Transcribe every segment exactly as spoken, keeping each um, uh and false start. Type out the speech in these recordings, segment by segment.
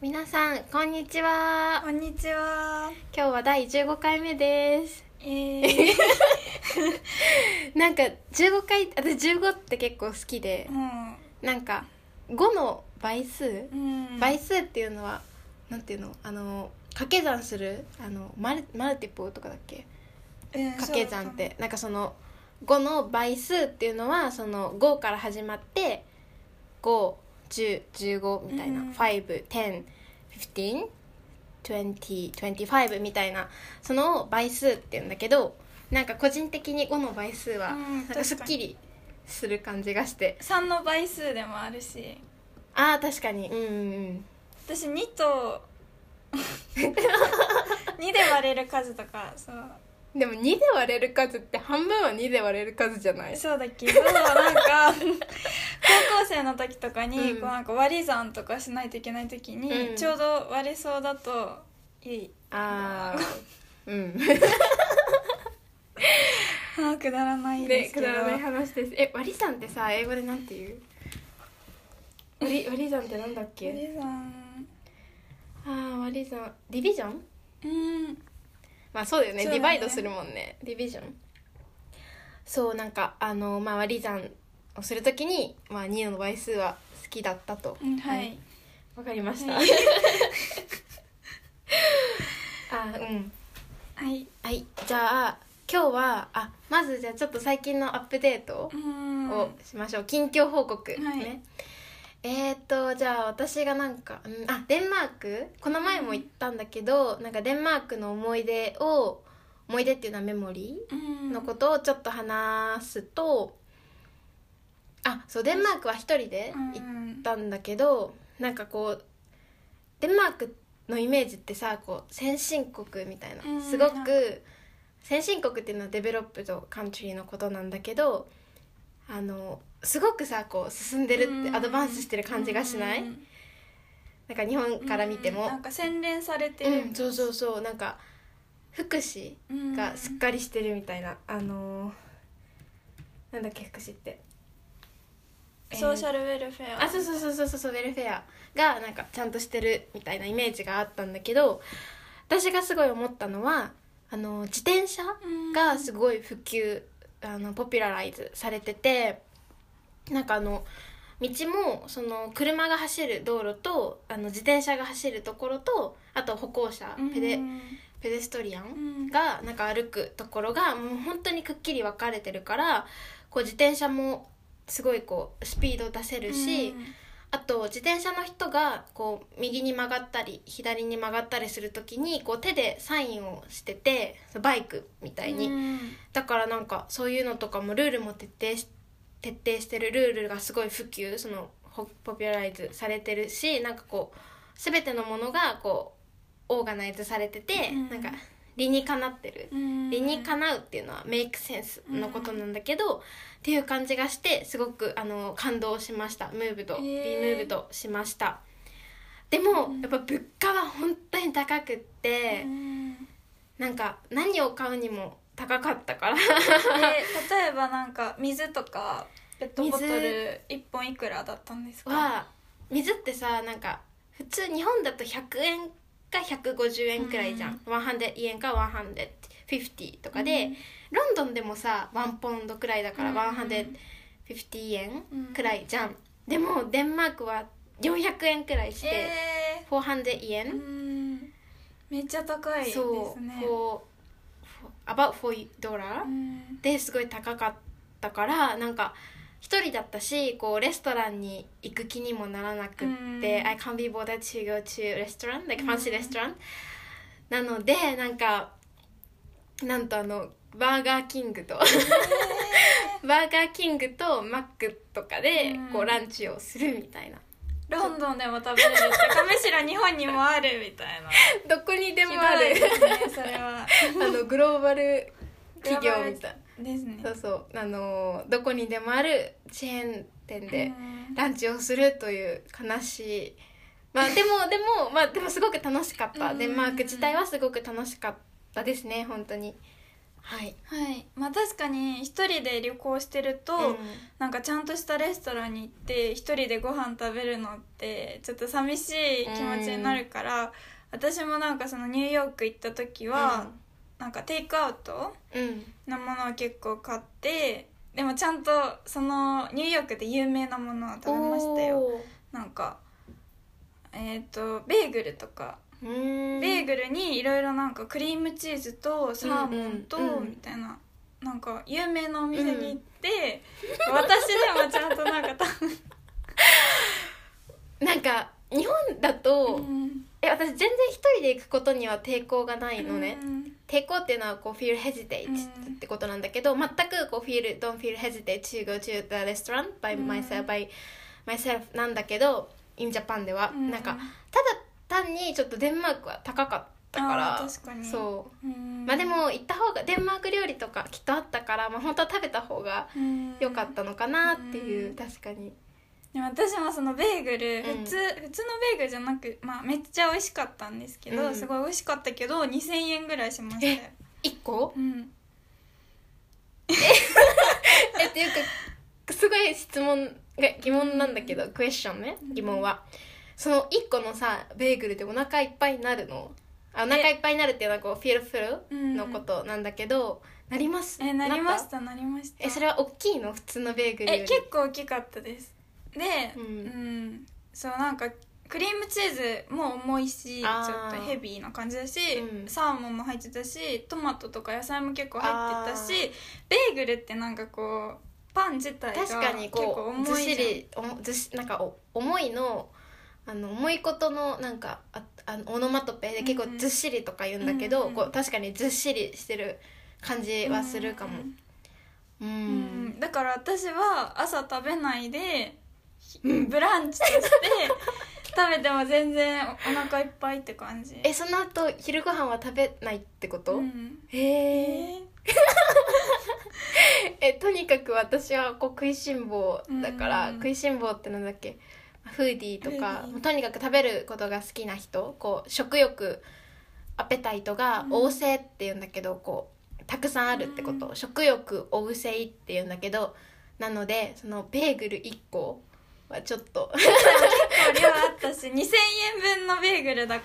皆さんこんにちは。 こんにちは。 今日はだいじゅうごかいめです。 えー、 なんかじゅうごかい、私じゅうごって結構好きで、 うん、 なんかごの倍数、 うん、 倍数っていうのはなんていうの、あの掛け算するあのマルマルティプルとかだっけ、 うん、 掛け算ってなんかそのごの倍数っていうのはそのごから始まってご、じゅう、じゅうごみたいな、 うん、 ご、じゅう、じゅうご、じゅうご、にじゅう、にじゅうごみたいなその倍数っていうんだけど、なんか個人的にごの倍数はなんかすっきりする感じがして、 さんの倍数でもあるし、 ああ確かに、うんうんうん、 私にとにで割れる数とかそうでもにで割れる数って半分はにで割れる数じゃない？ そうだけどなんか高校生の時とかに、 うん、 こうなんか割り算とかしないといけない時に、うん、ちょうど割れそうだといい。 ああうんあくだらないですけど、 くだらない話です。え、割り算ってさ、英語でなんて言う？割り、割り算ってなんだっけ？ 割り算、 ああ、割り算、ディビジョン？ うん、 まあそうだよね、 そうだね、 ディバイドするもんね、ディビジョン。そうなんかあのまあ割り算をするときに、まあ、にの倍数は好きだったと、 うん、はいわ、はい、かりました、はい、あうんはいはい。じゃあ今日はあまずじゃあちょっと最近のアップデートをしましょう。近況報告、ね、 はい、 えー、っとじゃあ私がなんか、うん、あデンマークこの前も行ったんだけど、うん、なんかデンマークの思い出を思い出っていうのはメモリーのことをちょっと話すと、うん、あそうデンマークは一人で行ったんだけど、うん、なんかこうデンマークのイメージってさこう先進国みたいな、うん、すごく先進国っていうのはデベロップドカントリーのことなんだけど、あのすごくさこう進んでるってアドバンスしてる感じがしない？うん、なんか日本から見ても、 うん、なんか洗練されてる、 うん、そうそうそう、なんか福祉がしっかりしてるみたいな、あのー、なんだっけ福祉って、 ソーシャルウェルフェア、 あそうそうそうそうそうウェルフェアがなんかちゃんとしてるみたいなイメージがあったんだけど、私がすごい思ったのはあの自転車がすごい普及、あのポピュラライズされてて、なんかあの道もその車が走る道路とあの自転車が走るところと、あと歩行者ペデ、ペデストリアンがなんか歩くところがもう本当にくっきり分かれてるから、こう自転車もすごいこうスピード出せるし、あと自転車の人がこう右に曲がったり左に曲がったりするときにこう手でサインをしてて、バイクみたいに、だからなんかそういうのとかもルールも徹底して徹底してる、ルールがすごい普及そのポピュラライズされてるし、なんかこう全てのものがこうオーガナイズされてて、うん、なんか理にかなってる、うん、理にかなうっていうのはメイクセンスのことなんだけど、うん、っていう感じがしてすごくあの感動しました。ムーブド、ビームーブドしました。でも、うん、やっぱ物価は本当に高くって、うん、なんか何を買うにも高かったから、えー、例えばなんか水とかペットボトルいっぽんいくらだったんですか？ は水ってさなんか普通日本だとひゃくえんかひゃくごじゅうえんくらいじゃん、うん、ひゃくえんかひゃくごじゅうとかで、うん、ロンドンでもさワンポンドくらいだからひゃくごじゅうえんくらいじゃん、うん、でもデンマークはよんひゃくえんくらいして、えー、よんひゃくえん、うん、 めっちゃ高いですね。 そうabout よんドル、うん、ですごい高かったから、なんか一人だったしこうレストランに行く気にもならなくって、うん、I can't be bothered to go to restaurant like fancy restaurant、うん、なのでなんかなんとあのバーガーキングとバーガーキングとマックとかでこうランチをするみたいな、 ロンドンでも食べれるってかむしろ日本にもあるみたいなどこにでもあるですね、それはあのグローバル企業みたいですね。 そうそうあのどこにでもあるチェーン店でランチをするという悲しい、まあでもでもまあでもすごく楽しかった。デンマーク自体はすごく楽しかったですね本当に。 はいはいまあ確かに一人で旅行してると、 うんなんかちゃんとしたレストランに行って一人でご飯食べるのってちょっと寂しい気持ちになるから、私もなんかそのニューヨーク行った時は、なんかテイクアウトうんのものを結構買って、でもちゃんとそのニューヨークで有名なものを食べましたよ。 おなんかえっ、とベーグルとか、 ーうーんベーグルにいろいろなんかクリームチーズとサーモンとうんうんうんみたいな、なんか有名なお店に行って、私でもちゃんとなんか食べなんか日本だと、 うんえ私全然一人で行くことには抵抗がないのね、 うん抵抗っていうのはこう feel hesitate ってことなんだけど、全くこう feel don't feel hesitate to go to the restaurant by myself、by myself なんだけど in Japan では、 うんなんかただ単にちょっとデンマークは高かったから、 あー確かにそううんまあでも行った方がデンマーク料理とかきっとあったから、まあ、本当は食べた方がうん良かったのかなっていう、 うん確かにでも私もそのベーグル、 うん普通普通のベーグルじゃなく、まあ、めっちゃ美味しかったんですけど、 うんすごい美味しかったけどにせんえんぐらいしましたよ。 えいっこうんえっていうかすごい質問が疑問なんだけど、クエスチョンね、疑問はそのいっこのさベーグルでお腹いっぱいになるの？あお腹いっぱいになるっていうのはこうフィルフルのことなんだけど、なりますえなりましったなりました。 えそれは大きいの？普通のベーグルよりえ結構大きかったです。で、 ううんんそうなんかクリームチーズも重いしちょあーっとヘビーな感じだし、 うんサーモンも入ってたしトマトとか野菜も結構入ってたし、ベーグルってなんかこうパン自体が確かに結構こうずっ重いじゃん。 しりおもずしなんかお重いのあの重いことのなんかああのオノマトペで結構ずっしりとか言うんだけど、 うんこう確かにずっしりしてる感じはするかも。うん、 うんだから私は朝食べないで、 うんブランチとして食べても全然お腹いっぱいって感じ。 えその後昼ご飯は食べないってこと？ うんへええとにかく私はこう食いしん坊だから、 うん食いしん坊ってなんだっけ、フーディーとかフーディーもうとにかく食べることが好きな人、こう食欲アペタイトが旺盛っていうんだけど、こうたくさんあるってこと、 うん、 食欲旺盛っていうんだけど、なのでそのベーグルいっこはちょっと結構量あったしにせんえんぶんのベーグルだ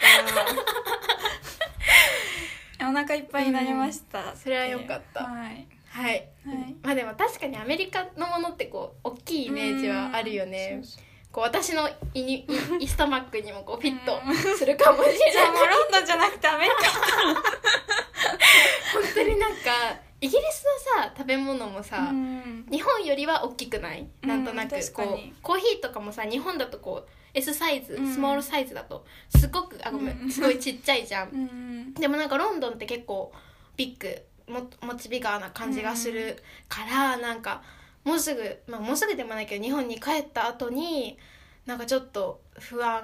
からお腹いっぱいになりました、 うんそれは良かったはいはい、 はいまあでも確かにアメリカのものってこう大きいイメージはあるよね。 うんそうそうこう私の胃に胃胃ストマックにもこうフィットするかもしれない。 じゃあもうロンドンじゃなくてアメリカ本当になんかイギリスのさ食べ物もさ、 うん日本よりは大きくない？なんとなくうん確かこうにコーヒーとかもさ日本だとこう S サイズ、 うんスモールサイズだとすごくあごめん、 うんすごいちっちゃいじゃん。 うんでもなんかロンドンって結構ビッグも持ちビガーな感じがするから、なんかもうすぐ、まあ、もうすぐでもないけど日本に帰った後になんかちょっと不安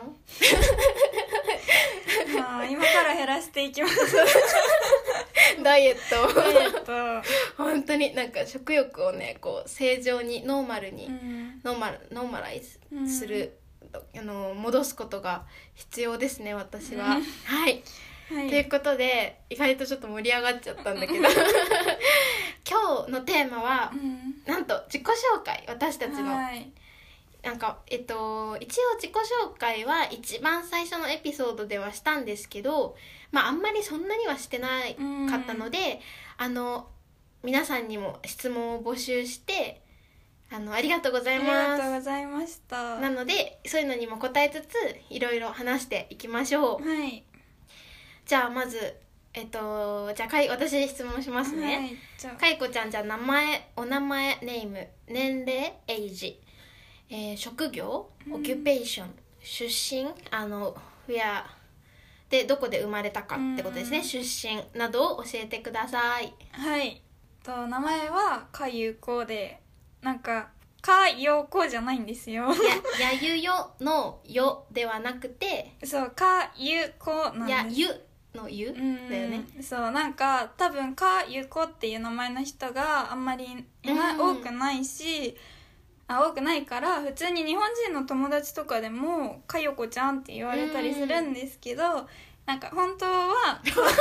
まあ今から減らしていきますダイエットえっと、 本当になんか食欲をねこう正常にノーマルに、 うんノーマルノーマライズうんする、あの戻すことが必要ですね私は、 うんはいはい、 ということで意外とちょっと盛り上がっちゃったんだけど今日のテーマは、 うんなんと自己紹介、私たちの、 はいなんかえっと一応自己紹介は一番最初のエピソードではしたんですけど、まああんまりそんなにはしてないかったので、あの皆さんにも質問を募集してあのありがとうございありまがとうす。 ございましたなのでそういうのにも答えつついろいろ話していきましょう。 はいじゃあまずえっとじゃあかい私質問しますね。 はいじゃあかいこちゃん、じゃあ名前、お名前、ネーム、年齢、エイジ、えー職業、オキュペーション、出身、あのウェアでどこで生まれたかってことですね、 うん出身などを教えてください。 はいと名前はかゆこで、なんかかよこじゃないんですよや、やゆよのよではなくて、 そうかゆこなんですやゆのゆうんだよね。 そうなんか多分かゆこっていう名前の人があんまりいな、 うん多くないしあ多くないから普通に日本人の友達とかでもかよこちゃんって言われたりするんですけど、 なんか本当は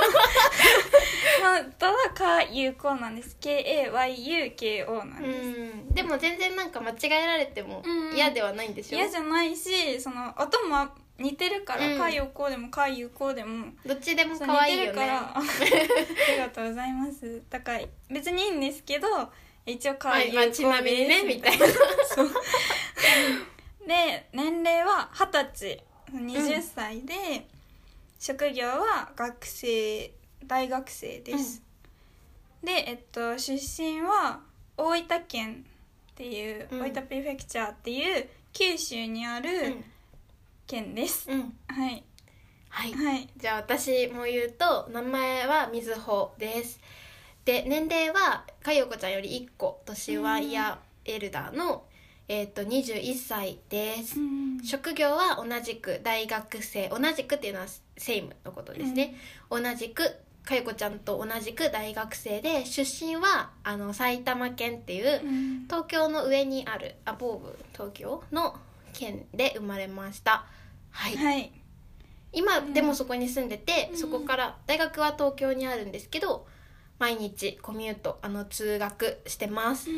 本当はかゆこなんです。 ケーエーワイユーケーオー なんです。 うんでも全然なんか間違えられても嫌ではないんでしょ。 嫌じゃないし、その音も似てるから、 うんかゆこでもかゆこでもどっちでも可愛いよね。 似てるからありがとうございます。だから別にいいんですけど、一応かゆこまあ、ちなみにねみたいなそうで年齢ははたちにじゅっさいで、うん、職業は学生大学生です、うん、で、えっと、出身は大分県っていう、うん、大分プレフェクチャーっていう九州にある県です、 うん、 はいはい、はい、じゃあ私も言うと名前はみずほです。で年齢はかよこちゃんよりいっこ年はイヤーエルダーの、えー、とにじゅういっさいです、うん、職業は同じく大学生、同じくっていうのはセイムのことですね、うん、同じくかよこちゃんと同じく大学生で、出身はあの埼玉県っていう、うん、東京の上にあるアボーブ東京の県で生まれました。はい、はい、今でもそこに住んでて、うん、そこから大学は東京にあるんですけど毎日コミュートあの通学してます、 うん、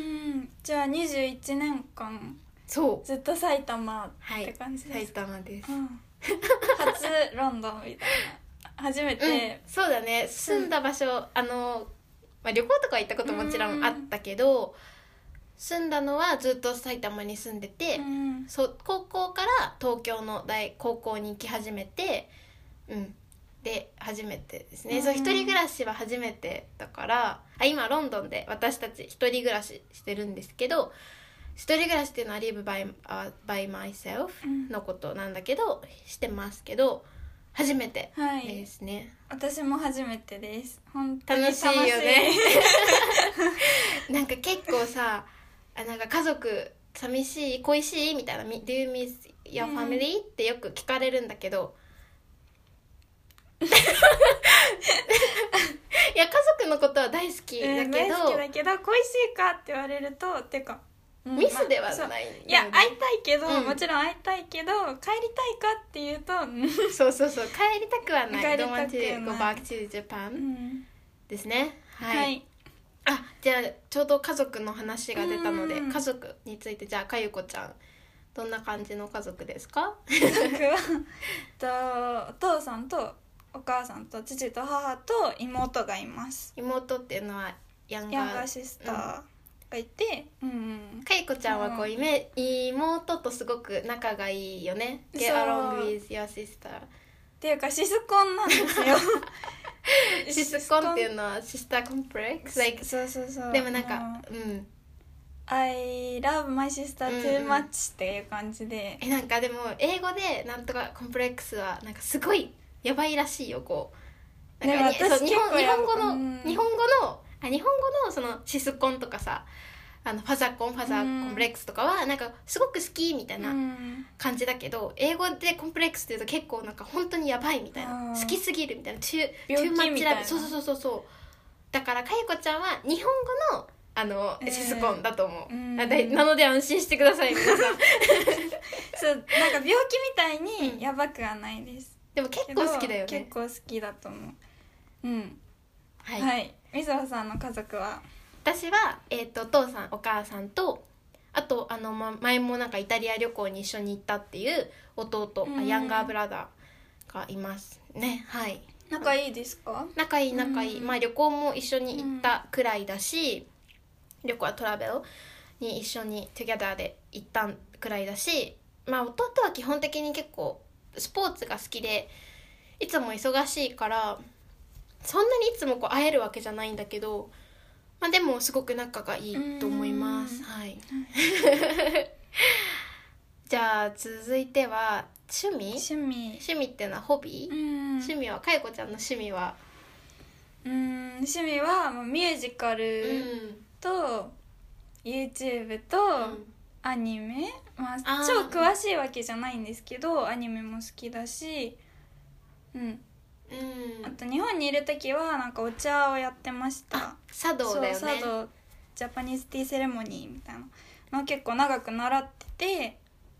じゃあにじゅういちねんかんそうずっと埼玉って感じです、 はい、埼玉です、 うん、初ロンドンみたいな初めて、 うん、そうだね住んだ場所、うん、あの、まあ、旅行とか行ったこともちろんあったけど、うん、住んだのはずっと埼玉に住んでて、うん、そ高校から東京の大高校に行き始めてうんで初めてですね、うん、そう一人暮らしは初めてだからあ今ロンドンで私たち一人暮らししてるんですけど、一人暮らしっていうのは live by, uh, by myself のことなんだけど、うん、してますけど初めてですね、 はい、私も初めてです。本当に楽しいよねなんか結構さあなんか家族寂しい恋しいみたいな Do you miss your family?、うん、ってよく聞かれるんだけどいや家族のことは大好きだけど、えー、大好きだけど恋しいかって言われるとってか、 うん、ミスではない、まあ、 いや会いたいけど、うん、もちろん会いたいけど帰りたいかっていうとそうそうそう帰りたくはない帰りたくはない Don't want to go back to Japan、うん、ですねはい、はい、あじゃあちょうど家族の話が出たので、うん、家族についてじゃあかゆこちゃんどんな感じの家族ですか？ 家族はとお父さんとお母さんと父と母と妹がいます。 妹っていうのはヤンガー、 ヤンガーシスターがいて、うんうん、 かいこちゃんはこう、うん、妹とすごく仲がいいよね。 Get along with your sister っていうかシスコンなんですよシスコンっていうのはシスターコンプレックス、like、 そうそうそうでもなんかうん、 I love my sister too much、っていう感じで、 えなんかでも英語でなんとかコンプレックスはなんかすごいやばいらしいよ。こうなんかそう日本、日本語の、うん、日本語のあ日本語のそのシスコンとかさあのファザコンファザーコンプレックスとかはなんかすごく好きみたいな感じだけど、うん、英語でコンプレックスっていうと結構なんか本当にやばいみたいな、好きすぎるみたいな、トゥーマッチラブ、そうそうそうそうだからかゆこちゃんは日本語のあの、えー、シスコンだと思う、うん、なので安心してください皆さんそうなんか病気みたいにやばくはないです、 でも結構好きだよね。 結構好きだと思う。うんはい、はい、みずほさんの家族は？ 私は、えー、とお父さんお母さんとあとあの、ま、前もなんかイタリア旅行に一緒に行ったっていう弟、うん、ヤンガーブラダーがいますね。はい仲いいですか？ 仲いい仲いい、まあ、旅行も一緒に行ったくらいだし、旅行はトラベルに一緒にトゥギャダーで行ったくらいだし、まあ、弟は基本的に結構スポーツが好きでいつも忙しいからそんなにいつもこう会えるわけじゃないんだけど、まあ、でもすごく仲がいいと思います。はいじゃあ続いては趣味趣味趣味っていうのはホビー、趣味はかよこちゃんの趣味は？ うーん趣味はミュージカルと YouTube とアニメ、まあ、超詳しいわけじゃないんですけどアニメも好きだし、うん、うん、あと日本にいる時はなんかお茶をやってました。 茶道だよね。 そう茶道、ジャパニーズティーセレモニーみたいなのを結構長く習ってて、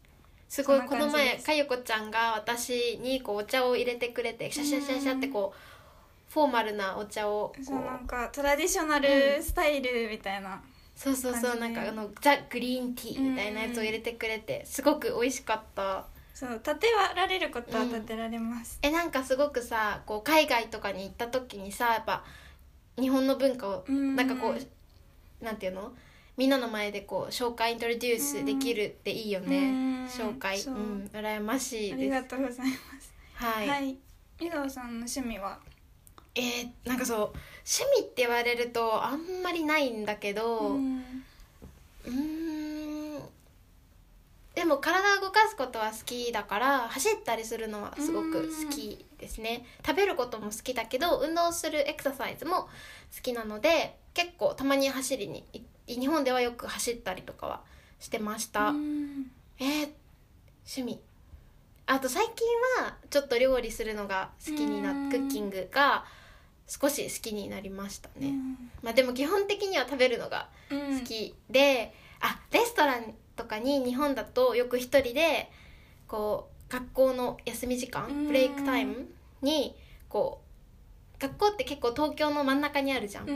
すごいそんなこの感じです前かゆこちゃんが私にこうお茶を入れてくれてシャシャシャシャってこうフォーマルなお茶をこうそうなんかトラディショナルスタイルみたいな、 そうそうそう、なんかあのザ・グリーンティーみたいなやつを入れてくれてすごく美味しかった。 そう立てられることは立てられます、 うん、えなんかすごくさこう海外とかに行った時にさやっぱ日本の文化をなんかこうなんていうのみんなの前でこう紹介イントロデュースできるっていいよね。紹介う、ん、羨ましいです。 ありがとうございます。 はい、 はい、井川さんの趣味は？ えー、なんかそう趣味って言われるとあんまりないんだけどうんうーんでも体を動かすことは好きだから走ったりするのはすごく好きですね。食べることも好きだけど運動するエクササイズも好きなので結構たまに走りに日本ではよく走ったりとかはしてました。えー、趣味あと最近はちょっと料理するのが好きになってクッキングが少し好きになりましたね。まあでも基本的には食べるのが好きで、あレストランとかに日本だとよく一人でこう学校の休み時間ブレイクタイムにこう学校って結構東京の真ん中にあるじゃん、うん、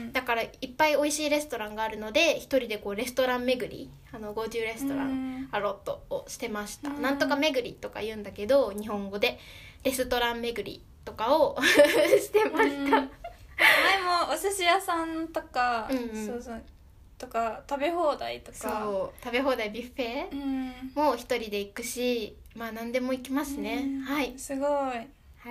だからいっぱい美味しいレストランがあるので一人でこうレストラン巡りあの Go to レストランアロットをしてました、うん、なんとか巡りとか言うんだけど日本語でレストラン巡りとかをしてました、うん、前もお寿司屋さんとか、 うんうん、 そうそうとか食べ放題とかそう食べ放題ビュッフェも一人で行くし、まあ何でも行きますね、うん、はいすごいはい、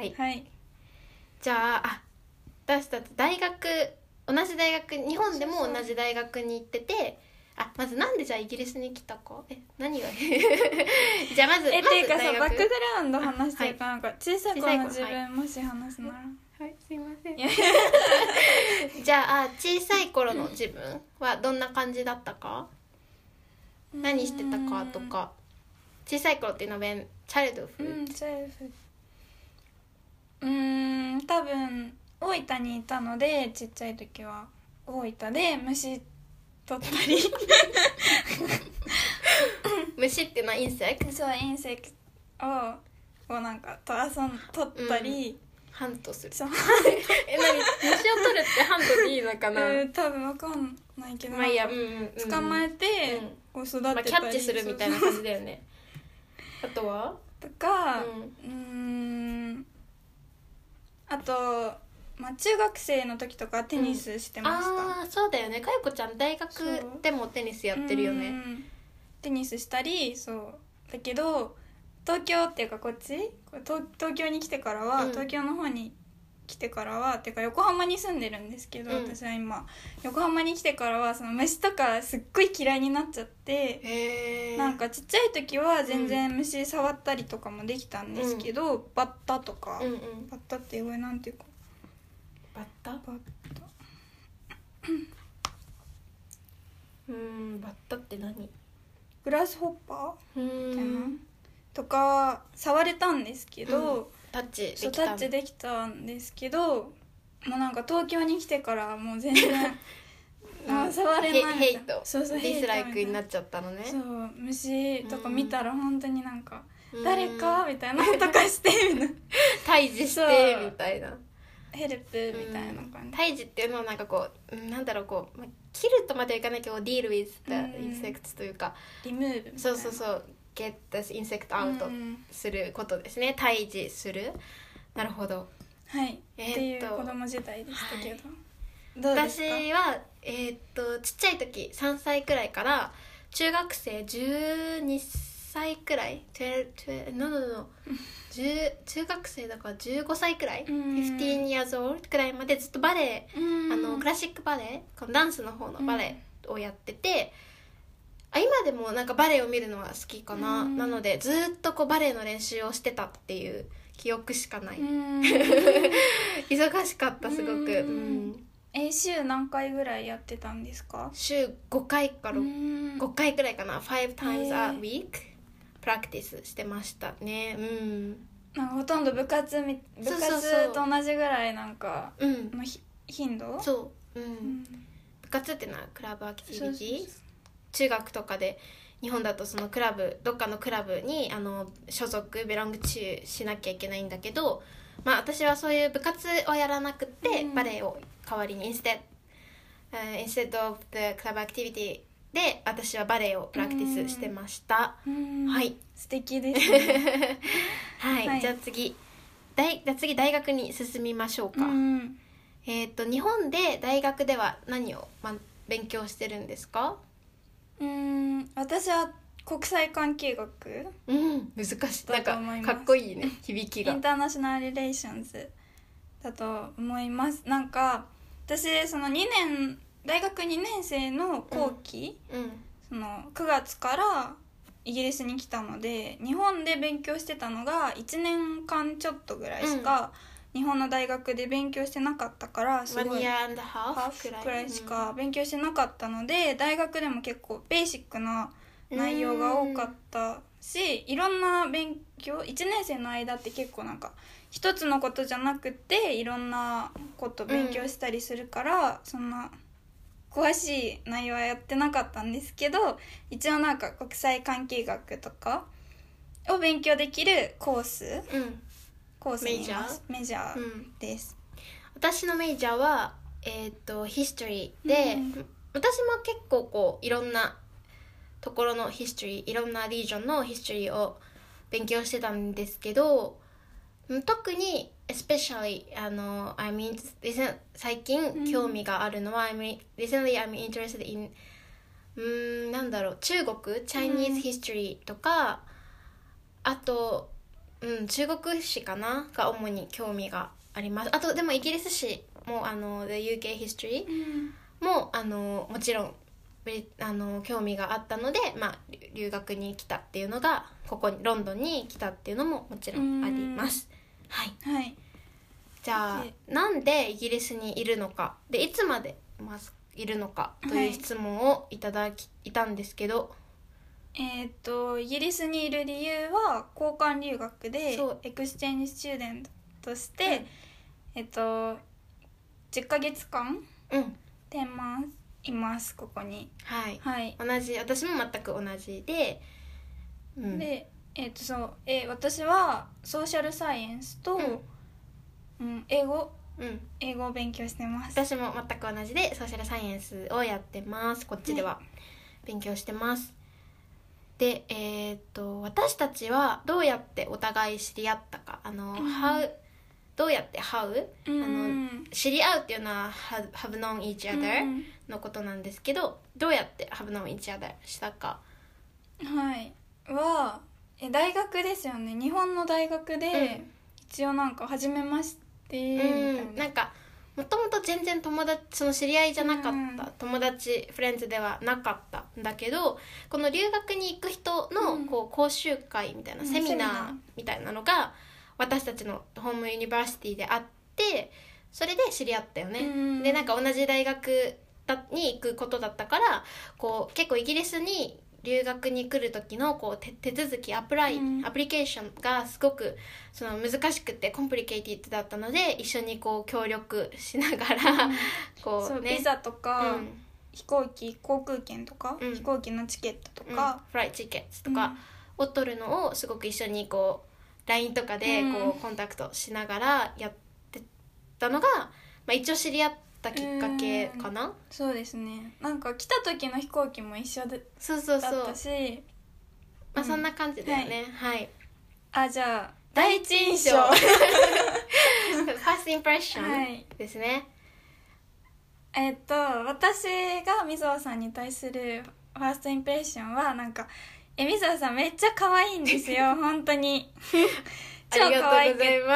はい、じゃあ、あ私たち大学同じ大学日本でも同じ大学に行っててあまずなんでじゃあイギリスに来たかえ何がじゃあまずえまずっていうかさバックグラウンド話してるか、はい、なんか小さい頃の自分、はい、もし話すならはいすいませんじゃあ小さい頃の自分はどんな感じだったか何してたかとか小さい頃っていうのはチャイルドフード、 うん、チャイルドフードうーん多分大分にいたのでちっちゃい時は大分で虫取ったり虫っていうのはインセクトそうインセクトををなんかと遊ん取ったり、うんハントするそうえ何虫を取るってハントでいいのかな、 えー、多分分かんないけど、 まあいいや、うんうんうん、 捕まえて、うん、こう育てたり、まあ、 キャッチするみたいな感じだよねあとはとかうん、うーんあと、まあ、中学生の時とかテニスしてました、うん、 ああそうだよねかよこちゃん大学でもテニスやってるよね。 テニスしたりそうだけど東京っていうかこっち 東, 東京に来てからは、うん、東京の方に来てからはっていうか横浜に住んでるんですけど、うん、私は今横浜に来てからはその虫とかすっごい嫌いになっちゃってへなんかちっちゃい時は全然虫触ったりとかもできたんですけど、うん、バッタとか、うんうん、バッタって英語でなんていうかバッタバッタうんバッタって何グラスホッパーみたいなとか触れたんですけど、うん、 タッチできたそうタッチできたんですけどもうなんか東京に来てからもう全然もう触れないヘイトそうそうディスライクになっちゃったのね。 そう虫とか見たら本当になんか、うん、誰かみたいなとかしてみたいな退治してみたいなヘルプみたいな感じ、 退治っていうのはなんかこうなんだろうこう、まあ、切るとまではいかないけど deal with the insects というかリムーブみたいなそうそうそうget the insect out することですね、退治するなるほどはい、えー、っていう子供時代でしたけど、はい、 どうですか？私は、えー、っとちっちゃい時さんさいくらいから中学生じゅうにさいくらいno, no, no. 中学生だからじゅうごさいくらい、うん、じゅうご years old くらいまでずっとバレエ、うん、あのクラシックバレエこのダンスの方のバレエをやってて、うん、あ今でもなんかバレエを見るのは好きかな、うん、なのでずっとこうバレエの練習をしてたっていう記憶しかない、うん、忙しかったすごく、うん、 え週何回ぐらいやってたんですか？ 週ごかいからごかいくらいかな five times a week プラクティスしてましたね。うんなんかほとんど部活み部活と同じぐらいなんかの、うん、頻度そう、うんうん、部活っていうのはクラブアクティビティ中学とかで日本だとそのクラブどっかのクラブにあの所属ベロングチューしなきゃいけないんだけど、まあ、私はそういう部活をやらなくて、うん、バレエを代わりに instead,、uh, instead of the club activity で私はバレエをプラクティスしてました、 うん、 はい素敵ですねはい、はい、じゃあ次大じゃあ次大学に進みましょうか、うん、えっと日本で大学では何を、ま、勉強してるんですか？ うーん私は国際関係学、 うん、難しいなんかかっこいいね響きがインターナショナルリレーションズだと思います。なんか私そのにねん大学にねん生の後期、うんうん、そのくがつからイギリスに来たので日本で勉強してたのがいちねんかんちょっとぐらいしか、うん、日本の大学で勉強してなかったからすごいワンイヤーアンドハーフくらいしか勉強してなかったので、うん、大学でも結構ベーシックな内容が多かったし、いろんな勉強いちねん生の間って結構なんか一つのことじゃなくていろんなこと勉強したりするから、うん、そんな詳しい内容はやってなかったんですけど一応なんか国際関係学とかを勉強できるコース、うん、コースにいますメジャーです、 うん、私のメジャーはえっとヒストリーで、うん、私も結構こういろんなところのヒストリーいろんなリージョンのヒストリーを勉強してたんですけど特に especially あの I mean 最近興味があるのは、うん、I mean, recently I'm interested in うーんなんだろう中国 Chinese history とか、うん、あと、うん、中国史かなが主に興味があります。あとでもイギリス史もあの The ユーケー history、うん、もあのもちろんあの興味があったので、まあ、留学に来たっていうのがここにロンドンに来たっていうのももちろんあります。はい、 はい、 じゃあなんでイギリスにいるのかでいつまでまずいるのかという質問をいただき、はい、いたんですけど、 えー、っとイギリスにいる理由は交換留学でエクスチェンジスチューデントとして、うん、えっとじゅっかげつかん、うん、テマいますここに、 はいはい、同じ私も全く同じで、 うん、で、えーとそうえー、私はソーシャルサイエンスと、うんうん、英語、うん、英語を勉強してます。 私も全く同じでソーシャルサイエンスをやってます。こっちでは勉強してます、はい、で、えーと私たちはどうやってお互い知り合ったかあの、うん、howどうやって how、うん、あの知り合うっていうのは have, have known each other、うん、のことなんですけどどうやって have known each other したかはいはえ大学ですよね。日本の大学で、うん、一応なんか初めましてみたいな、 うん、なんかもともと全然友達その知り合いじゃなかった、うん、友達フレンズではなかったんだけどこの留学に行く人のこう講習会みたいな、うん、セミナーみたいなのが私たちのホームユニバーシティであってそれで知り合ったよね、うん、でなんか同じ大学に行くことだったからこう結構イギリスに留学に来る時のこう 手, 手続きアプライ、うん、アプリケーションがすごくその難しくてコンプリケイティッドだったので一緒にこう協力しながら、うん、こうねビザとか、うん、飛行機航空券とか、うん、飛行機のチケットとか、 フライトチケットとかを取るのをすごく一緒にこうライン とかでこうコンタクトしながらやってたのが、まあ、一応知り合ったきっかけかな。 そうですね。なんか来た時の飛行機も一緒でそうそうそうだったし、 まあ、そんな感じだよね、はい、はい、 あじゃあ第一印象ファーストインプレッションですね、 はい、えっと私がみぞさんに対するファーストインプレッションはなんかえみぞさんめっちゃ可愛いんですよ本当に超可愛くて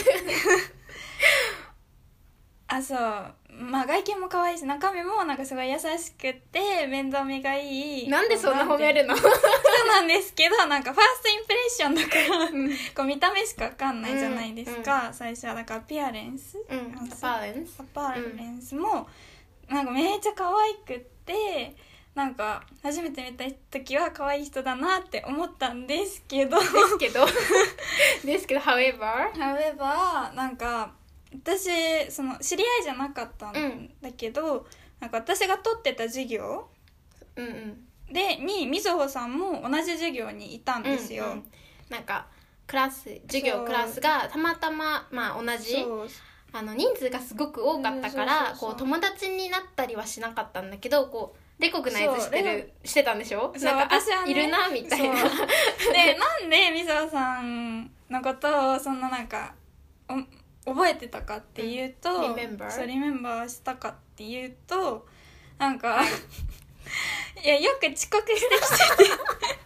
あそうまあ外見も可愛いし中身もなんかすごい優しくて面倒見がいい。 なんでそんな褒めるのそうなんですけどなんかファーストインプレッションだから、うん、こう見た目しか分かんないじゃないですか、うん、最初はだからピアレンス、 うん、アパレンスアパレンスもなんかめっちゃ可愛くってなんか初めて見た時は可愛い人だなって思ったんですけどですけどですけど however however なんか私その知り合いじゃなかったんだけど、うん、なんか私が取ってた授業でにみずほさんも同じ授業にいたんですよ、 うんうん、なんかクラス授業クラスがたまたま、まあ、同じあの人数がすごく多かったから、こう友達になったりはしなかったんだけど、こうレコグナイズしてるしてたんでしょ。なんか私は、ね、いるなみたいなでなんでみずほさんのことをそんななんか覚えてたかっていうと、 うん、リメンバーそうリメンバーしたかっていうとなんかいやよく遅刻してきてて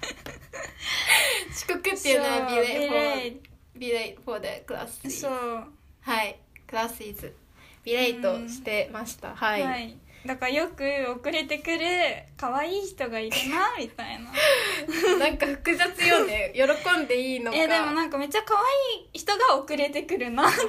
遅刻っていうのはビレイビレイ for the classes。 そうはい、クラスイズビレートしてました、うん、はい、 はい、だからよく遅れてくる可愛い人がいるなみたいななんか複雑よね、喜んでいいのか。 えでもなんかめっちゃ可愛い人が遅れてくるなと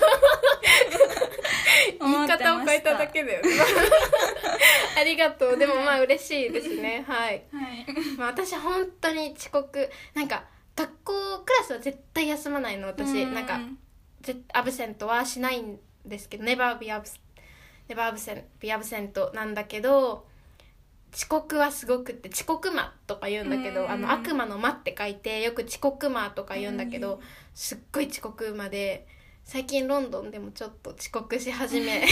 言い方を変えただけだよねありがとう。でもまあ嬉しいですねはい、 はいまあ、私本当に遅刻、なんか学校クラスは絶対休まないの私、んなんかアブセントはしないんですけど、ネバービアブネバーアブセンビアブセントなんだけど、遅刻はすごくって、遅刻魔とか言うんだけど、あの悪魔の魔って書いてよく遅刻魔とか言うんだけど、すっごい遅刻魔で、最近ロンドンでもちょっと遅刻し始め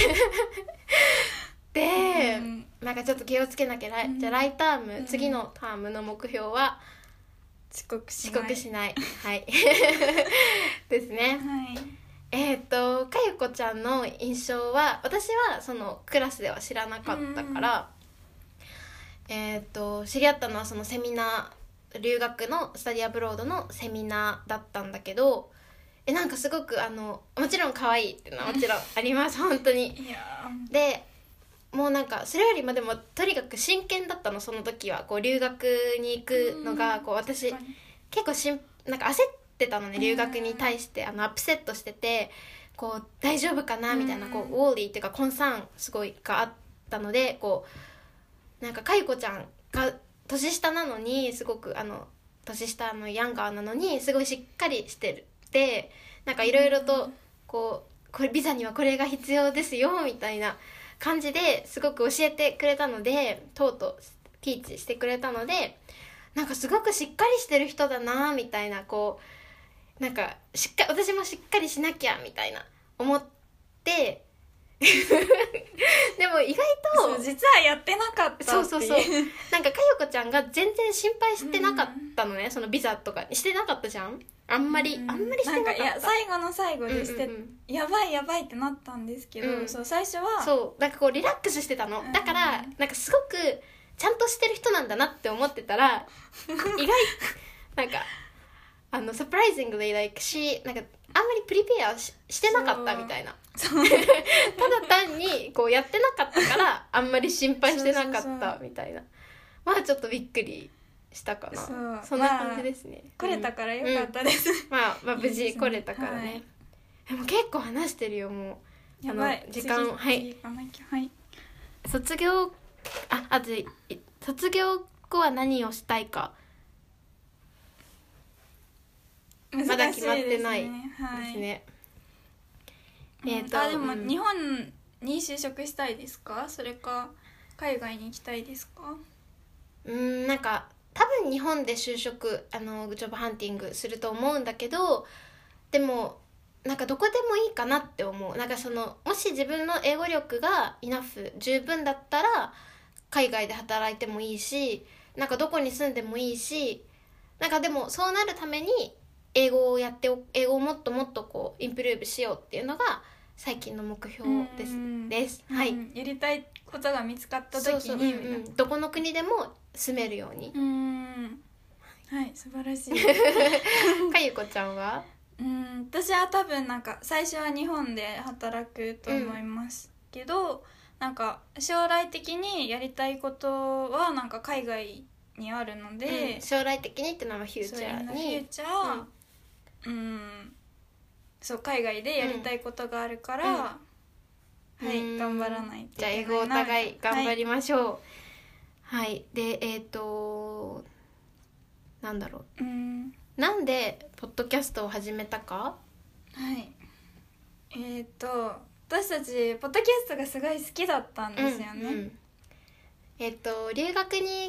で、なんかちょっと気をつけなきゃ、じゃあ来ターム、次のタームの目標は遅刻しない遅刻しないはいですね、 はい、 えっ、ー、とかゆこちゃんの印象は、私はそのクラスでは知らなかったから、うん、えっ、ー、と知り合ったのはそのセミナー、留学のスタディアブロードのセミナーだったんだけど、えなんかすごくあのもちろん可愛いっていうのはもちろんあります本当に。 いやでもうなんかそれよりもでもとにかく真剣だったの、その時はこう留学に行くのがこう私結構しんなんか焦ってたのね、留学に対してあのアップセットしてて、こう大丈夫かなみたいな、こうウォーリーっていうかコンサーンすごいがあったので、こうなんかかゆこちゃんが年下なのにすごくあの年下のヤンガーなのにすごいしっかりしてるで、なんかいろいろとこうこれビザにはこれが必要ですよみたいな感じですごく教えてくれたので、とうとうティーチしてくれたので、なんかすごくしっかりしてる人だなみたいな、こうなんかしっか私もしっかりしなきゃみたいな思ってでも意外と実はやってなかったっていう、 そうそうそうなんかかよこちゃんが全然心配してなかったのね、うん、そのビザとかしてなかったじゃん、あんまり、うん、あんまりしてなかった。なんかいや最後の最後でして、うんうんうん、やばいやばいってなったんですけど、うん、そう最初はそうなんかこうリラックスしてたの、だからなんかすごくちゃんとしてる人なんだなって思ってたら意外なんかあのサプライズングで like she なんかあんまりプリペア し, してなかったみたいなただ単にこうやってなかったからあんまり心配してなかったみたいな、まあちょっとびっくりしたかな。 そ, そんな感じですね、 まあ、来れたからよかったです、 うんうんまあ、まあ無事来れたからね、はい、でも結構話してるよもうやばい、 あの時間はい卒業ああと卒業後は何をしたいかまだ決まってないですね、 はい、えーと、あでも日本に就職したいですか、それか海外に行きたいですか。 うーんなんか多分日本で就職あのジョブハンティングすると思うんだけど、でもなんかどこでもいいかなって思う。なんかそのもし自分の英語力がイナフ十分だったら海外で働いてもいいし、なんかどこに住んでもいいし、なんかでもそうなるために英語をやって英語をもっともっとこうインプルーブしようっていうのが最近の目標ですです、はい、 やりたいことが見つかった時にそうそう、うんうん、どこの国でも住めるように。 うんはい素晴らしいかゆこちゃんはうん私は多分なんか最初は日本で働くと思いますけど、うん、なんか将来的にやりたいことはなんか海外にあるので、 うん、将来的にってのはフューチャーにフューチャー、うん、うんそう海外でやりたいことがあるから、うん、はい頑張らないといけないな。 じゃあ英語お互い頑張りましょう。はい、はい、でえっ、ー、となんだろう、うん、なんでポッドキャストを始めたか。 はいえっ、ー、と私たちポッドキャストがすごい好きだったんですよね、 うんうん、えっ、ー、と留学に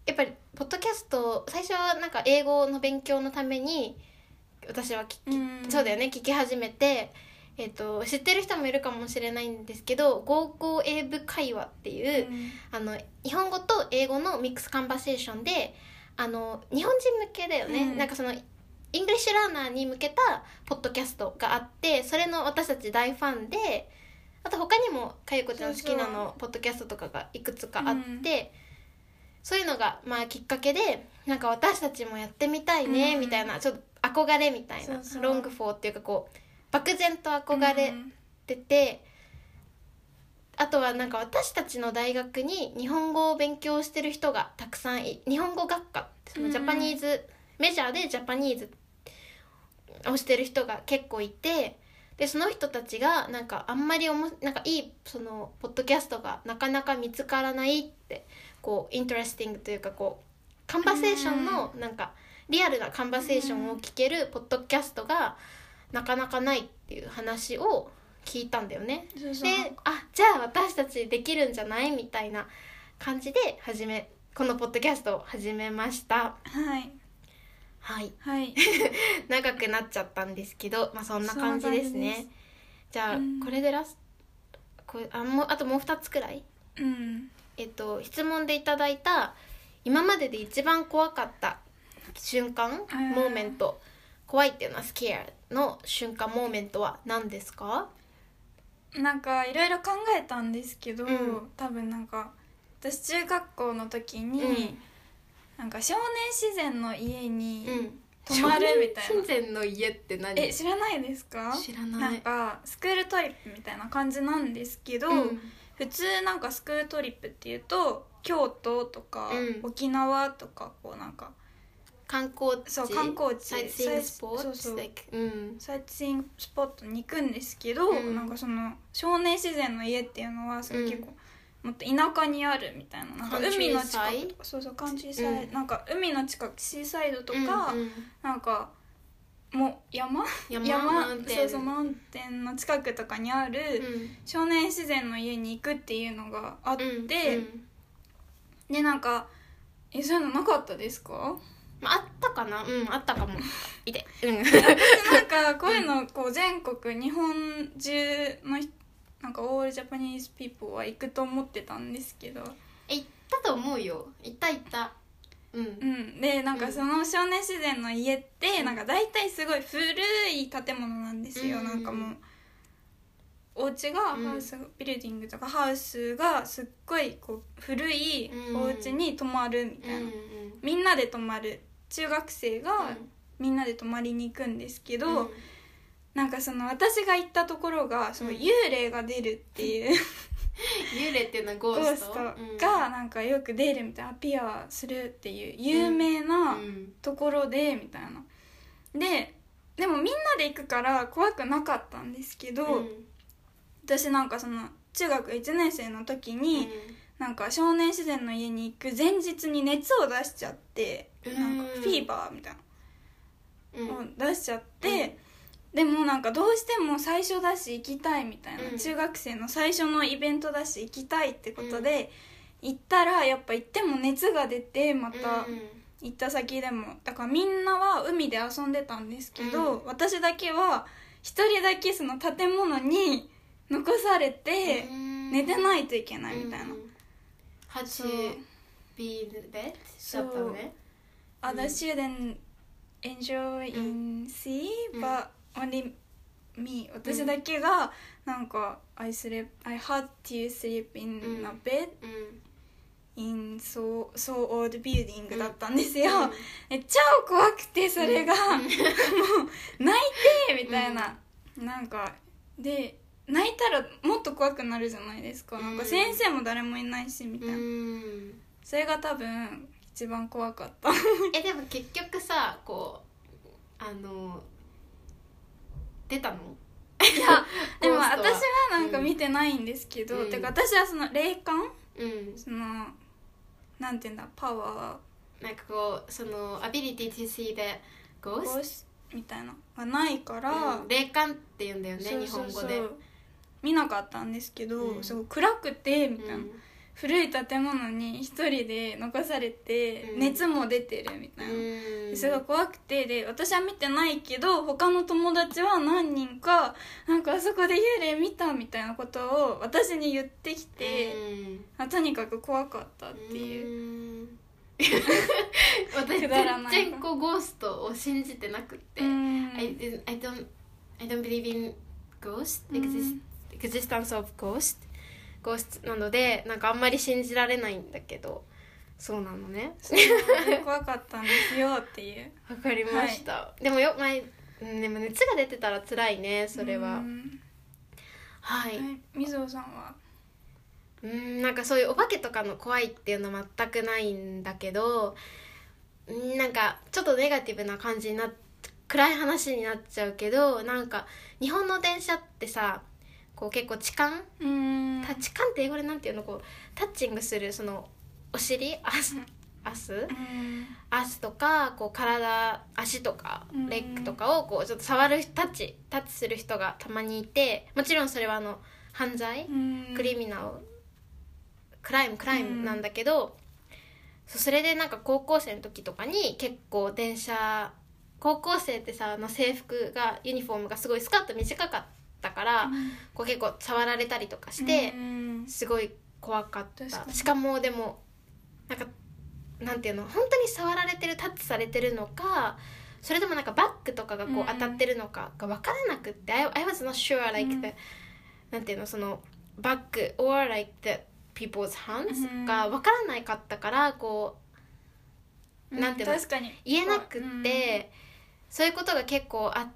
やっぱりポッドキャスト最初はなんか英語の勉強のために私は聞き、うん、そうだよね聞き始めて、えーと、知ってる人もいるかもしれないんですけどゴーゴー英語会話っていう、うん、あの日本語と英語のミックスカンバセーションであの日本人向けだよね、うん、なんかそのイングリッシュラーナーに向けたポッドキャストがあってそれの私たち大ファンであと他にもかゆこちゃん好きなのポッドキャストとかがいくつかあって、うん、そういうのがまあきっかけでなんか私たちもやってみたいねみたいな、うん、ちょっと憧れみたいなそうそうロングフォーっていうかこう漠然と憧れてて、うん、あとはなんか私たちの大学に日本語を勉強してる人がたくさんい日本語学科そのジャパニーズ、うん、メジャーでジャパニーズをしてる人が結構いてでその人たちがなんかあんまりおもなんかいいそのポッドキャストがなかなか見つからないってこうイントレスティングというかこうカンバセーションのなんかリアルなカンバセーションを聞けるポッドキャストがなかなかないっていう話を聞いたんだよね。 そうそうであじゃあ私たちできるんじゃないみたいな感じで始めこのポッドキャストを始めました。 はいはい、 はい、 長くなっちゃったんですけど、まあ、そんな感じですね。じゃあ、うん、これでラスこれ あ, もうあともうふたつくらい、 うんえっと、質問でいただいた今までで一番怖かった瞬間モーメント怖いっていうのはスケアの瞬間モーメントは何ですか？ なんかいろいろ考えたんですけど、うん、多分なんか私中学校の時に、うんなんか少年自然の家に泊まるみたいな、 うん、少年自然の家って何？ え知らないですか？ 知らない。 なんかスクールトリップみたいな感じなんですけど、うん、普通なんかスクールトリップっていうと京都とか、うん、沖縄とかこうなんか観光地そう観光地サイトシーイングスポットそうそう、 like うん、 サイトシーイングスポットに行くんですけど、うん、なんかその少年自然の家っていうのはその結構、うんもっと田舎にあるみたいな、なんか海の近くとかそうそうカントリーサイ、うん、なんか海の近くシーサイドとか、うんうん、なんかもう山山山そうそうマウンテンの近くとかにある少年自然の家に行くっていうのがあって、うんうん、でなんかえそういうのなかったですか？ まあ、あったかなうんあったかもいて、うん、 私なんかこういうのこう全国日本中の人なんかオールジャパニーズピーポーは行くと思ってたんですけどえ行ったと思うよ行った行ったうん、 うん、でなんかその少年自然の家って、うん、なんか大体すごい古い建物なんですよ、うん、なんかもうお家がハウス、うん、ビルディングとかハウスがすっごいこう古いお家に泊まるみたいな、うん、みんなで泊まる中学生がみんなで泊まりに行くんですけど、うんなんかその私が行ったところがその幽霊が出るっていう、うん、 幽霊っていうのはゴーストがなんかよく出るみたいなアピアするっていう有名なところでみたいなででもみんなで行くから怖くなかったんですけど、うん、私なんかその中学いちねん生の時に、うん、なんか少年自然の家に行く前日に熱を出しちゃって、うん、なんかフィーバーみたいなのを出しちゃって、うんでもなんかどうしても最初だし行きたいみたいな、うん、中学生の最初のイベントだし行きたいってことで、うん、行ったらやっぱ行っても熱が出てまた行った先でもだからみんなは海で遊んでたんですけど、うん、私だけは一人だけその建物に残されて寝てないといけないみたいな、うん、 はちビールベッドだったのね。 Other students enjoy in sea but only me 私だけがなんか I sleep I had to sleep in a bed、うん、in so, so old building だったんですよ、うん、え超怖くてそれが、うん、もう泣いてみたいな、うん、なんかで泣いたらもっと怖くなるじゃないですか、うん、なんか先生も誰もいないしみたいな、うん、それが多分一番怖かったえでも結局さこうあの出たの？ いやでも私はなんか見てないんですけど、うん、てか私はその霊感、うん、そのなんていうんだパワーなんかこうその ability to see the ghost みたいなはないから、 うん、霊感って言うんだよね。そうそうそう日本語で見なかったんですけど、うん、すごい暗くてみたいな、うん、 古い建物に一人で残されて、 うん熱も出てるみたいな、 うんすごい怖くて、で私は見てないけど他の友達は何人かなんかあそこで幽霊見たみたいなことを私に言ってきて、 うんあとにかく怖かったっていう、 うん私くだらない全然こうゴーストを信じてなくって、 うん I, didn't- I don't I don't believe in ghost うん exist, existence of ghost ゴーストなのでなんかあんまり信じられないんだけど、そうなのね。 そう怖かったんですよっていう。 わかりました、はい、でもよ前でも熱が出てたら辛いねそれは。はい、 みずおさんはうんなんかそういうお化けとかの怖いっていうのは全くないんだけど、なんかちょっとネガティブな感じにな暗い話になっちゃうけど、なんか日本の電車ってさこう結構痴漢うんタ痴漢って英語でなんていうの、こうタッチングするそのお尻アスアス、 うんアスとかこう体足とかうんレッグとかをこうちょっと触るタッチタッチする人がたまにいて、もちろんそれはあの犯罪、 うんクリミナルクライムクライムなんだけど、そうそれでなんか高校生の時とかに結構電車高校生ってさあの制服がユニフォームがすごいスカート短かったから、 うんこう結構触られたりとかしてうんすごい怖かった。 確かにしかもでもなんかなんていうの本当に触られてるタッチされてるのか、それでもなんかバッグとかがこうんう当たってるのかが分からなくって、I, I was not sure like うん the、なんていうのそのバッグ or like the people's hands が分からないかったからこうなんていうの確かに言えなくって、そういうことが結構あって、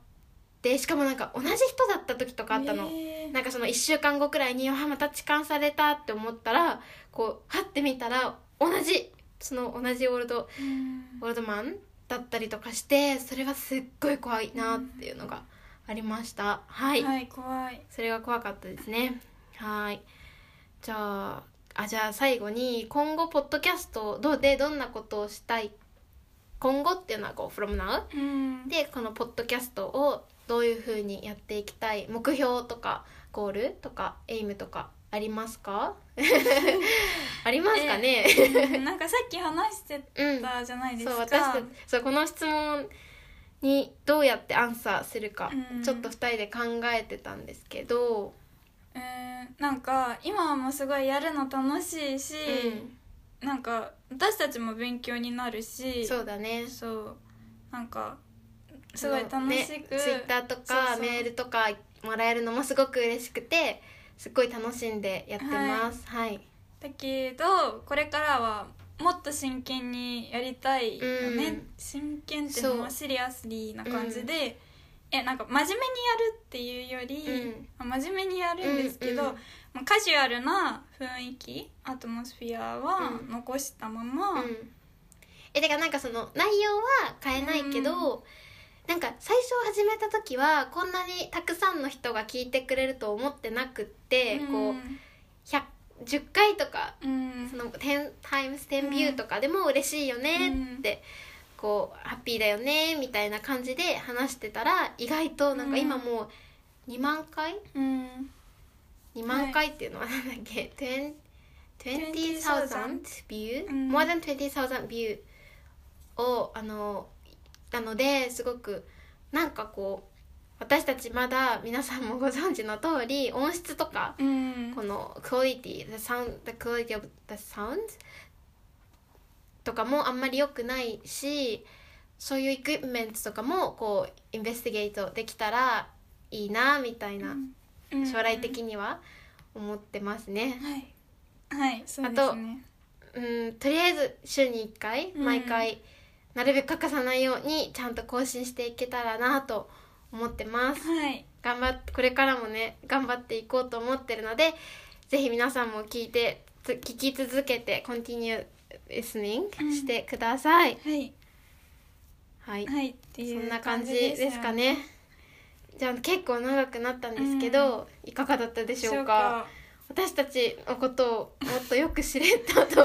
しかもなんか同じ人だった時とかあったの、 へーなんかそのいっしゅうかんごくらいにあまた痴漢されたって思ったらこうはって見たら同じその同じオールドうんオールドマンだったりとかして、それはすっごい怖いなっていうのがありました。はい、 はい、怖い。 それが怖かったですね。はい、じゃああじゃあ最後に今後ポッドキャストどうでどんなことをしたい、今後っていうのはこう from now うんでこのポッドキャストをどういう風にやっていきたい、目標とかゴールとかエイムとかありますかありますかね、 うんなんかさっき話してたじゃないですか、 そう私たちそうこの質問にどうやってアンサーするか、 うんちょっとふたりで考えてたんですけど、 えーなんか今はもうすごいやるの楽しいし、なんか私たちも勉強になるし、 そうだね、 そうなんかすごい楽しく、 ね、ツイッターとかそうそうメールとかもらえるのもすごく嬉しくてすっごい楽しんでやってます。はい、はい、 だけどこれからはもっと真剣にやりたいよね、 うん真剣っていうのはシリアスリーな感じで、えなんか真面目にやるっていうより、うん、真面目にやるんですけど、 うんうんまあ、カジュアルな雰囲気アトモスフィアは残したまま、 うんえだからなんかその内容は変えないけど、うんなんか最初始めた時はこんなにたくさんの人が聞いてくれると思ってなくって、 うん、 こうひゃくじゅっかいとか、 うん、 そのじゅうタイムスじゅうビューとかでも嬉しいよねって、うん、こうハッピーだよねみたいな感じで話してたら意外となんか今もうにまんかい、 うん、 にまんかいっていうのはなんだっけ、はい、にじゅうさんぜんビュー、うん、more than にじゅうさんビューをあのなのですごくなんかこう私たちまだ皆さんもご存知の通り音質とか、 うん、 このクオリティ the sound the quality of the sound とかもあんまり良くないし、そういうエクイプメントとかもこうインベスティゲートできたらいいなみたいな、うん、将来的には思ってますね。 はい、はい、そうですね。 あと、うん、とりあえず週にいっかい毎回、うんなるべく欠かさないようにちゃんと更新していけたらなと思ってます、 はい、 頑張ってこれからもね頑張っていこうと思ってるのでぜひ皆さんも聞いて聞き続けて continue listening してください、 うん、はいはい、 はい、っていうそんな感じですかね。じゃあ結構長くなったんですけど、うん、いかがだったでしょうか。私たちのことをもっとよく知れたと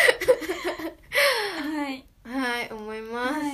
はいはい思います、はい、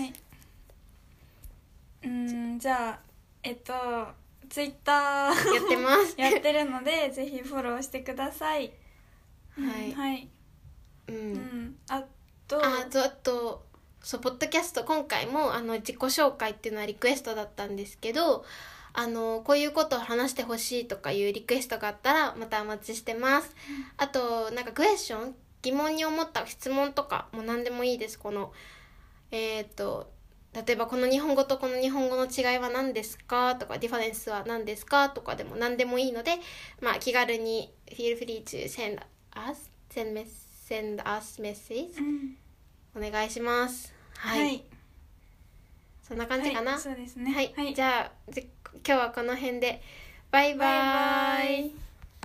うんじゃあえっとツイッターやってますやってるのでぜひフォローしてください。 はい、 はいうん、 うん、あとあとあとそうポッドキャスト今回もあの自己紹介っていうのはリクエストだったんですけど、あのこういうことを話してほしいとかいうリクエストがあったらまたお待ちしてます、うん、あとなんかクエスチョン疑問に思った質問とかも何でもいいです。このえっと例えばこの日本語とこの日本語の違いは何ですかとかディファレンスは何ですかとかでも何でもいいので、まあ、気軽に feel free to send us send, me, send us message、うん、お願いします。はい、はい、そんな感じかな、 はい、そうですね、 はい、はい、じゃあ今日はこの辺でバイバイ、バイバイ。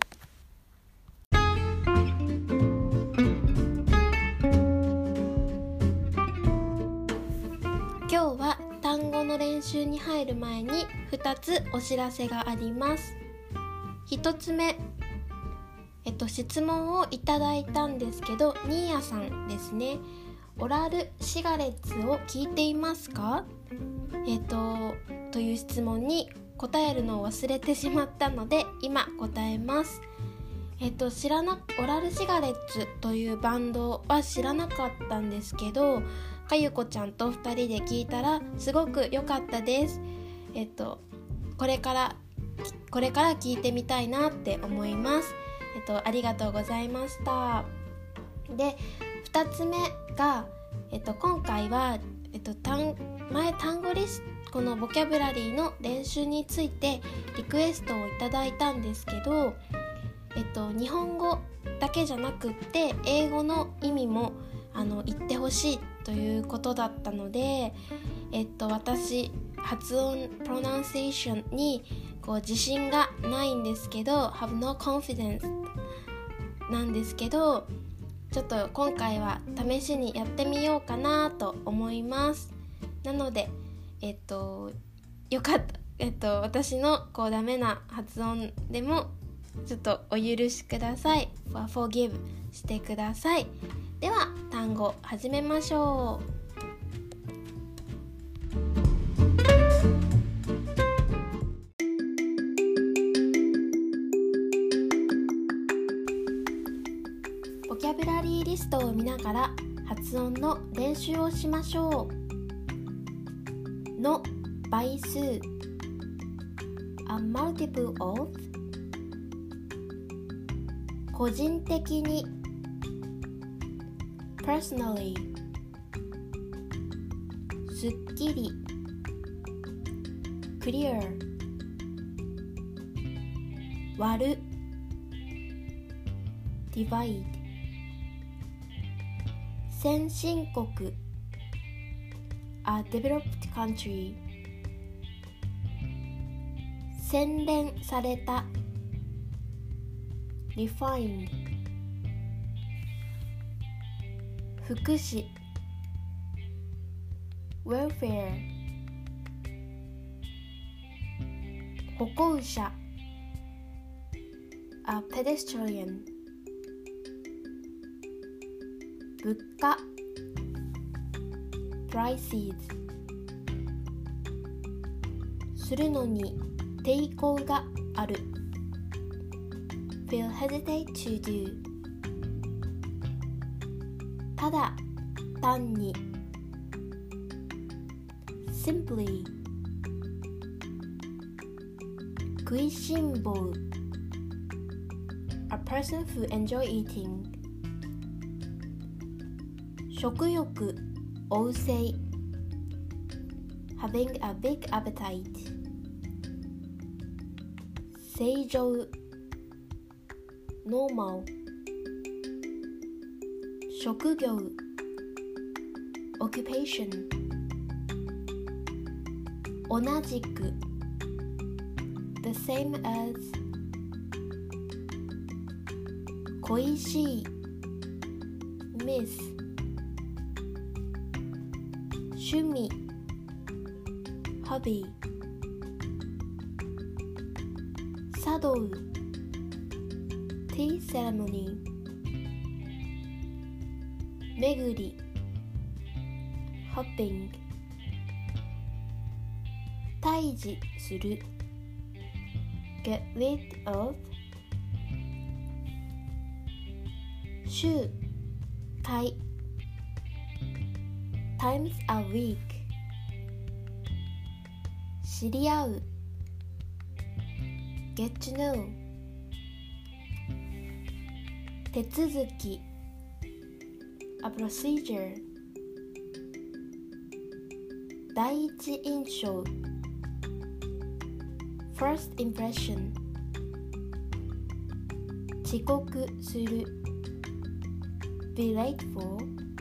今日は単語の練習に入る前にふたつお知らせがあります。ひとつめ、えっと、質問をいただいたんですけど、ニーヤさんですね。オラルシガレッツを聞いていますか？えっと、という質問に答えるのを忘れてしまったので今答えます。えっと、知らなオラルシガレッツというバンドは知らなかったんですけど、かゆこちゃんとふたりで聞いたらすごく良かったです。えっと、これからこれから聞いてみたいなって思います。えっと、ありがとうございました。で、ふたつめが、えっと、今回は、えっと、単前単語リストこのボキャブラリーの練習についてリクエストをいただいたんですけど、えっと、日本語だけじゃなくって英語の意味もあの言ってほしいということだったので、えっと、私発音プロナンセーションにこう自信がないんですけど have no confidence なんですけど、ちょっと今回は試しにやってみようかなと思います。なのでえっとよかったえっと私のこうダメな発音でもちょっとお許しください。forgive してください。では単語始めましょう。ボキャブラリーリストを見ながら発音の練習をしましょう。の倍数 A multiple of 個人的に personally すっきり clear 割る divide 先進国 A developed country 洗練された refined 福祉 welfare 歩行者 A pedestrian 物価 prices するのに抵抗がある feel hesitate to do ただ単に simply 食いしん坊 A person who enjoy eating 食欲旺盛 Having a big appetite 正常 Normal 職業 Occupation 同じく The same as 恋しい Miss 趣味 Hobby 茶道 Tea ceremony 巡り Hopping 退治する Get rid of 週回 times a week 知り合う get to know 手続き a procedure 第一印象 first impression 遅刻する be late for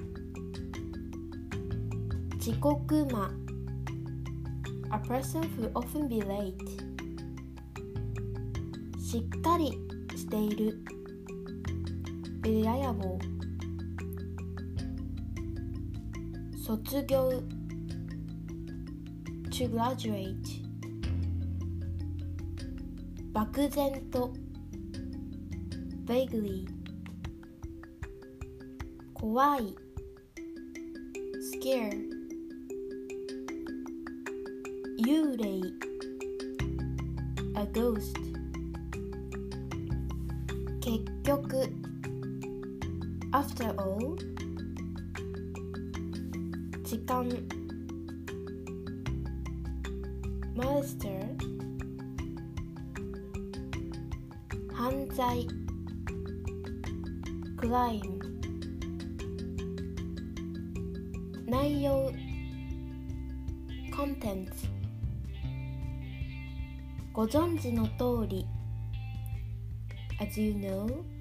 遅刻魔 a person who often be late しっかりしている be reliable 卒業 to graduate 漠然と vaguely 怖い scare 幽霊 a ghost 結局 after all 時間 master 犯罪 crime 内容 contents ご存知の通り as you know